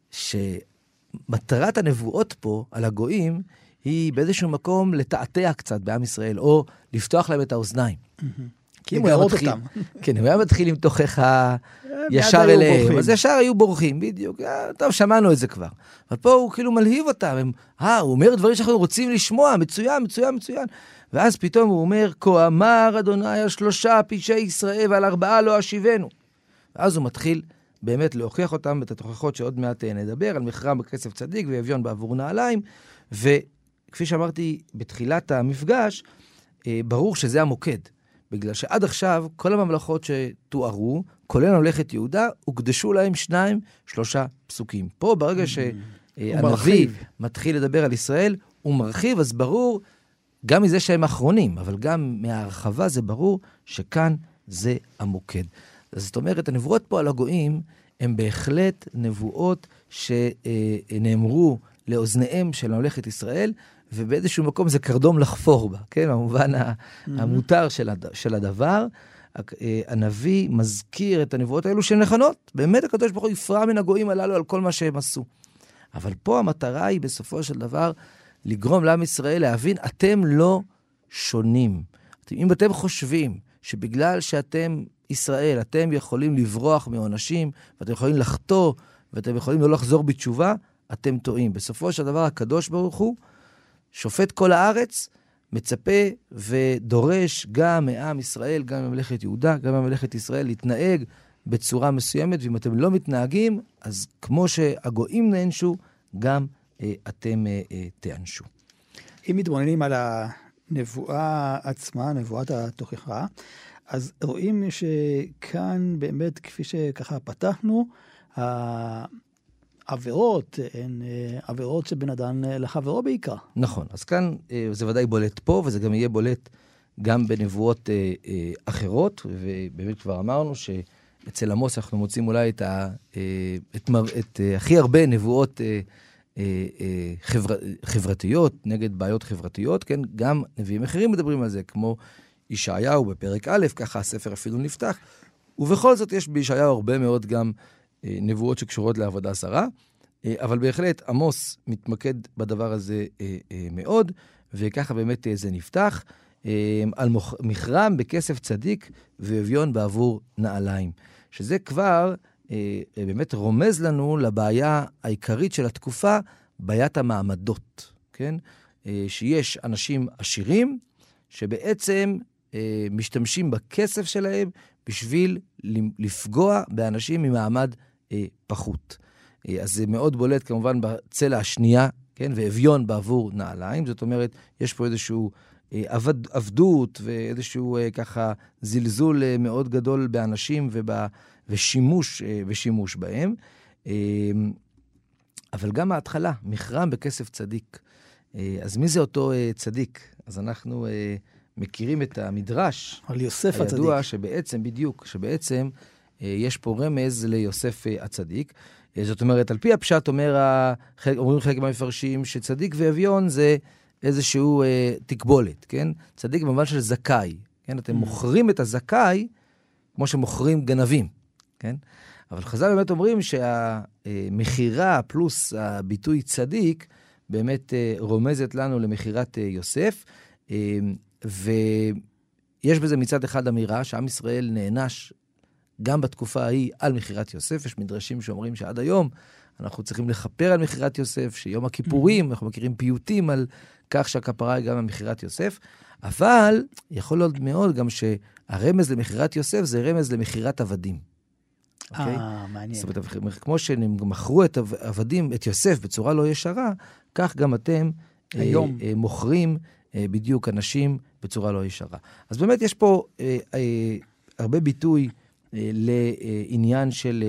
Speaker 2: שמטרת הנבואות פה על הגויים, היא באיזשהו מקום לתעתע קצת בעם ישראל, או לפתוח להם את האוזניים.
Speaker 1: כי אם הוא יראות אותם.
Speaker 2: כן, הוא היה מתחיל עם תוכך ישר אליהם. אז ישר היו בורחים, בדיוק. טוב, שמענו את זה כבר. אבל פה הוא כאילו מלהיב אותם. אה, הוא אומר דברים שאנחנו רוצים לשמוע, מצוין, מצוין, מצוין. ואז פתאום הוא אומר, כה אמר אדוני על שלושה פשעי ישראל ועל ארבעה לא אשיבנו. ואז הוא מתחיל באמת להוכיח אותם את התוכחות שעוד מעט נדבר, על מחרם בכסף צדיק ואביון בעבור נעליים. וכפי שאמרתי בתחילת המפגש, ברור שזה המוקד. בגלל שעד עכשיו כל הממלכות שתוארו, כולל ממלכת יהודה, הוקדשו להם שניים, שלושה פסוקים. פה ברגע שהנביא מתחיל לדבר על ישראל, הוא מרחיב, אז ברור, גם מזה שהם אחרונים, אבל גם מההרחבה זה ברור שכאן זה המוקד. אז זאת אומרת, הנבואות פה על הגויים, הן בהחלט נבואות שנאמרו לאוזניהם של ממלכת ישראל, ובאיזשהו מקום זה קרדום לחפור בה, כן? במובן המותר של הדבר. הנביא מזכיר את הנבואות האלו שהן נכונות. באמת הקדוש ברוך הוא יפרע מן הגויים הללו על כל מה שהם עשו. אבל פה המטרה היא בסופו של דבר לגרום לעם ישראל להבין, אתם לא שונים. אם אתם חושבים שבגלל שאתם ישראל, אתם יכולים לברוח מעונשים, ואתם יכולים לחטוא, ואתם יכולים לא לחזור בתשובה, אתם טועים. בסופו של דבר הקדוש ברוך הוא שופט כל הארץ, מצפה ודורש גם מעם ישראל, גם ממלכת יהודה, גם ממלכת ישראל, להתנהג בצורה מסוימת, ואם אתם לא מתנהגים, אז כמו שהגויים נענשו, גם אה, אתם אה, אה, תענשו.
Speaker 1: אם מתבוננים על הנבואה עצמה, נבואת התוכחה, אז רואים שכאן באמת, כפי שככה פתחנו, עבירות, הן עבירות שבין אדם לחברו בעיקר.
Speaker 2: נכון, אז כאן זה ודאי בולט פה, וזה גם יהיה בולט גם בנבואות אחרות, ובאמת כבר אמרנו שאצל עמוס אנחנו מוצאים אולי את, ה, את, את הכי הרבה נבואות חבר, חברתיות, נגד בעיות חברתיות, כן? גם נביאים אחרים מדברים על זה, כמו ישעיהו בפרק א', ככה הספר אפילו נפתח, ובכל זאת יש בישעיהו הרבה מאוד גם נבואות שקשורות לעבודה זרה, אבל בהחלט עמוס מתמקד בדבר הזה מאוד, וככה באמת זה נפתח, על מחרם בכסף צדיק ואביון בעבור נעליים, שזה כבר באמת רומז לנו לבעיה העיקרית של התקופה, בעיית המעמדות, כן? שיש אנשים עשירים שבעצם משתמשים בכסף שלהם בשביל לפגוע באנשים ממעמד פחות. אז זה מאוד בולט כמובן בצלע השנייה, כן? ואביון בעבור נעליים, זאת אומרת, יש פה איזשהו עבד, עבדות ואיזשהו ככה זלזול מאוד גדול באנשים ובא, ושימוש, ושימוש בהם. אבל גם ההתחלה, מחרם בכסף צדיק. אז מי זה אותו צדיק? אז אנחנו מכירים את המדרש.
Speaker 1: על יוסף הצדיק.
Speaker 2: הידוע שבעצם, בדיוק, שבעצם יש פה רמז ליוסף הצדיק. זאת אומרת, על פי הפשט אומר, אומרים חלק מהמפרשים, שצדיק ואביון זה איזשהו אה, תקבולת, כן? צדיק במובן של זכאי, כן? אתם mm. מוכרים את הזכאי כמו שמוכרים גנבים, כן? אבל חז"ל באמת אומרים שהמחירה פלוס הביטוי צדיק באמת אה, רומזת לנו למחירת אה, יוסף, אה, ויש בזה מצד אחד אמירה שעם ישראל נענש גם בתקופה ההיא על מחירת יוסף. יש מדרשים שאומרים שעד היום אנחנו צריכים לחפר על מחירת יוסף, שיום הכיפורים, אנחנו מכירים פיוטים על כך שהכפרה היא גם על מחירת יוסף, אבל יכול להיות מאוד גם שהרמז למחירת יוסף זה רמז למחירת עבדים.
Speaker 1: אה, מעניין.
Speaker 2: זאת אומרת, כמו שמכרו את עבדים, את יוסף בצורה לא ישרה, כך גם אתם היום מוכרים בדיוק אנשים בצורה לא ישרה. אז באמת יש פה הרבה ביטוי לעניין של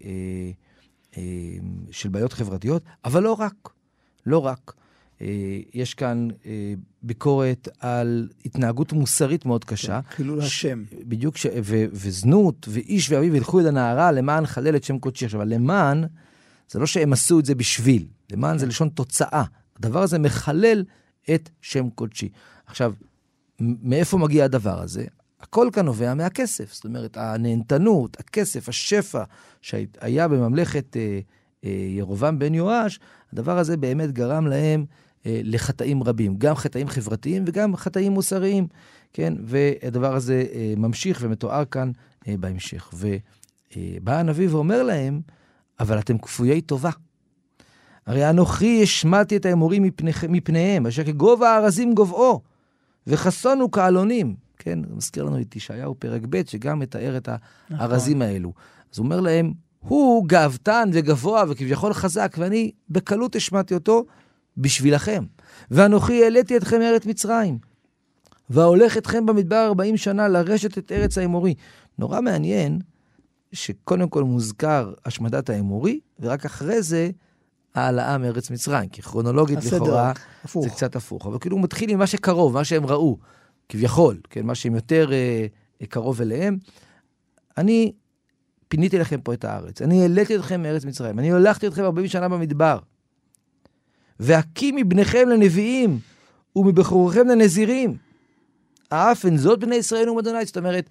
Speaker 2: של בעיות חברתיות, אבל לא רק, לא רק. יש כאן ביקורת על התנהגות מוסרית מאוד קשה.
Speaker 1: חילול השם.
Speaker 2: בדיוק, וזנות, ואיש ואביו ילכו אל הנערה למען חלל את שם קודשי. עכשיו, למען, זה לא שהם עשו את זה בשביל, למען זה לשון תוצאה. הדבר הזה מחלל את שם קודשי. עכשיו, מאיפה מגיע הדבר הזה? הכל כאן נובע מהכסף, זאת אומרת, הנהנתנות, הכסף, השפע שהיה בממלכת אה, אה, ירובעם בן יואש, הדבר הזה באמת גרם להם אה, לחטאים רבים, גם חטאים חברתיים וגם חטאים מוסריים, כן? והדבר הזה אה, ממשיך ומתואר כאן אה, בהמשך. ובא הנביא ואומר להם, אבל אתם כפויי טובה. הרי אנוכי השמעתי את האמורים מפני, מפניהם, אשר כגובה הארזים גובעו, וחסונו כעלונים. כן, זה מזכיר לנו את ישעיהו פרק ב' שגם מתאר את הארזים האלו. אז הוא אומר להם, הוא גאוותן וגבוה וכביכול חזק, ואני בקלות השמעתי אותו בשבילכם. ואנוכי העליתי אתכם מארץ מצרים, והולך אתכם במדבר ארבעים שנה לרשת את ארץ האמורי. נורא מעניין שקודם כל מוזכר השמדת האמורי, ורק אחרי זה העלאה מארץ מצרים, כי כרונולוגית לכאורה זה קצת הפוך. אבל כאילו הוא מתחיל עם מה שקרוב, מה שהם ראו. כביכול, כן, מה שהם יותר אה, קרוב אליהם. אני פיניתי לכם פה את הארץ. אני העליתי אתכם מארץ מצרים. אני הולכתי אתכם ארבעים שנה במדבר. והקים מבניכם לנביאים, ומבחוריכם לנזירים. אף אין זאת בני ישראל ומדוני. זאת אומרת,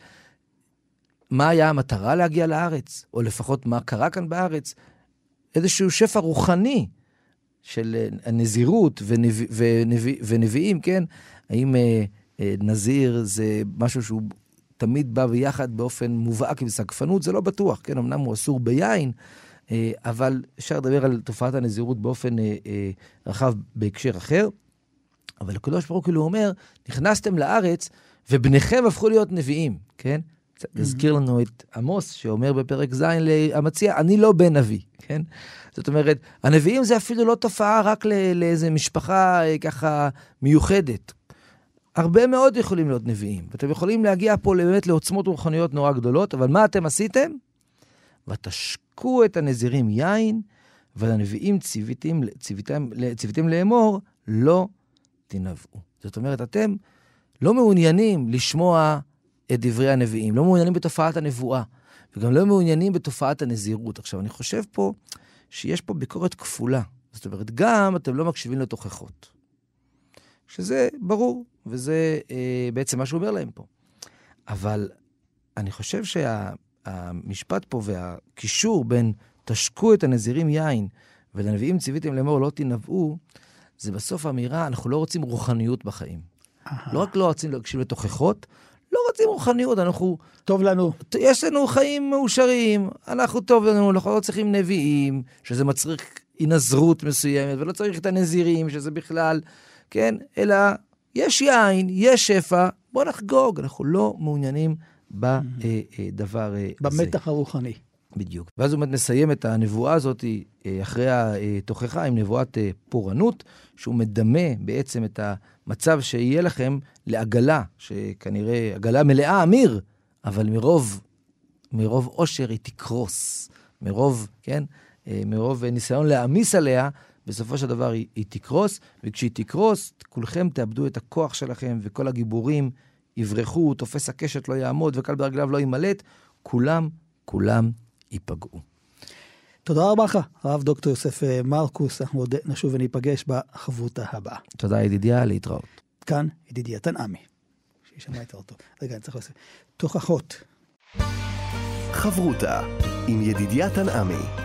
Speaker 2: מה היה המטרה להגיע לארץ? או לפחות מה קרה כאן בארץ? איזשהו שפע רוחני של הנזירות ונביא, ונביא, ונביאים, כן? האם אה, נזיר זה משהו שהוא תמיד בא ביחד באופן מובהק עם סגפנות, זה לא בטוח, כן? אמנם הוא אסור ביין, אבל אפשר לדבר על תופעת הנזירות באופן רחב בהקשר אחר, אבל הקדוש ברוך הוא אומר, נכנסתם לארץ ובניכם הפכו להיות נביאים, כן? נזכיר לנו את עמוס שאומר בפרק ז' להמציע, אני לא בן נביא, כן? זאת אומרת, הנביאים זה אפילו לא תופעה רק לאיזו משפחה ככה מיוחדת, הרבה מאוד יכולים להיות נביאים, ואתם יכולים להגיע פה באמת לעוצמות רוחניות נורא גדולות, אבל מה אתם עשיתם? ותשקו את הנזירים יין, והנביאים ציוויתם, ציוויתם, ציוויתם לאמור, לא תנבאו. זאת אומרת, אתם לא מעוניינים לשמוע את דברי הנביאים, לא מעוניינים בתופעת הנבואה, וגם לא מעוניינים בתופעת הנזירות. עכשיו, אני חושב פה שיש פה ביקורת כפולה. זאת אומרת, גם אתם לא מקשיבים לתוכחות. שזה ברור, וזה אה, בעצם מה שהוא אומר להם פה. אבל אני חושב שהמשפט פה והקישור בין תשקו את הנזירים יין ולנביאים ציוויתם לאמור לא תנבאו, זה בסוף אמירה, אנחנו לא רוצים רוחניות בחיים. לא רק לא רוצים להקשיב לתוכחות, לא רוצים רוחניות, אנחנו...
Speaker 1: טוב לנו.
Speaker 2: יש לנו חיים מאושרים, אנחנו טוב לנו, אנחנו לא צריכים נביאים, שזה מצריך אינזרות מסוימת, ולא צריך את הנזירים, שזה בכלל, כן? אלא יש יין, יש שפע, בוא נחגוג, אנחנו לא מעוניינים בדבר הזה.
Speaker 1: במתח הרוחני.
Speaker 2: בדיוק. ואז הוא נסיים את הנבואה הזאת אחרי התוכחה עם נבואת פורענות, שהוא מדמה בעצם את המצב שיהיה לכם לעגלה, שכנראה עגלה מלאה אמיר, אבל מרוב, מרוב עושר היא תקרוס. מרוב, כן? מרוב ניסיון להעמיס עליה, בסופו של דבר היא, היא תקרוס, וכשהיא תקרוס, כולכם תאבדו את הכוח שלכם, וכל הגיבורים יברחו, תופס הקשת לא יעמוד, וקל ברגליו לא ימלט, כולם, כולם ייפגעו.
Speaker 1: תודה רבה לך, הרב דוקטור יוסף מרקוס, אנחנו עוד נשוב וניפגש בחברותה הבאה.
Speaker 2: תודה ידידיה, להתראות.
Speaker 1: כאן ידידיה תנעמי, שישמע את אותו. רגע, אני צריך לעשות. תוכחות.
Speaker 3: חברותה עם ידידיה תנעמי.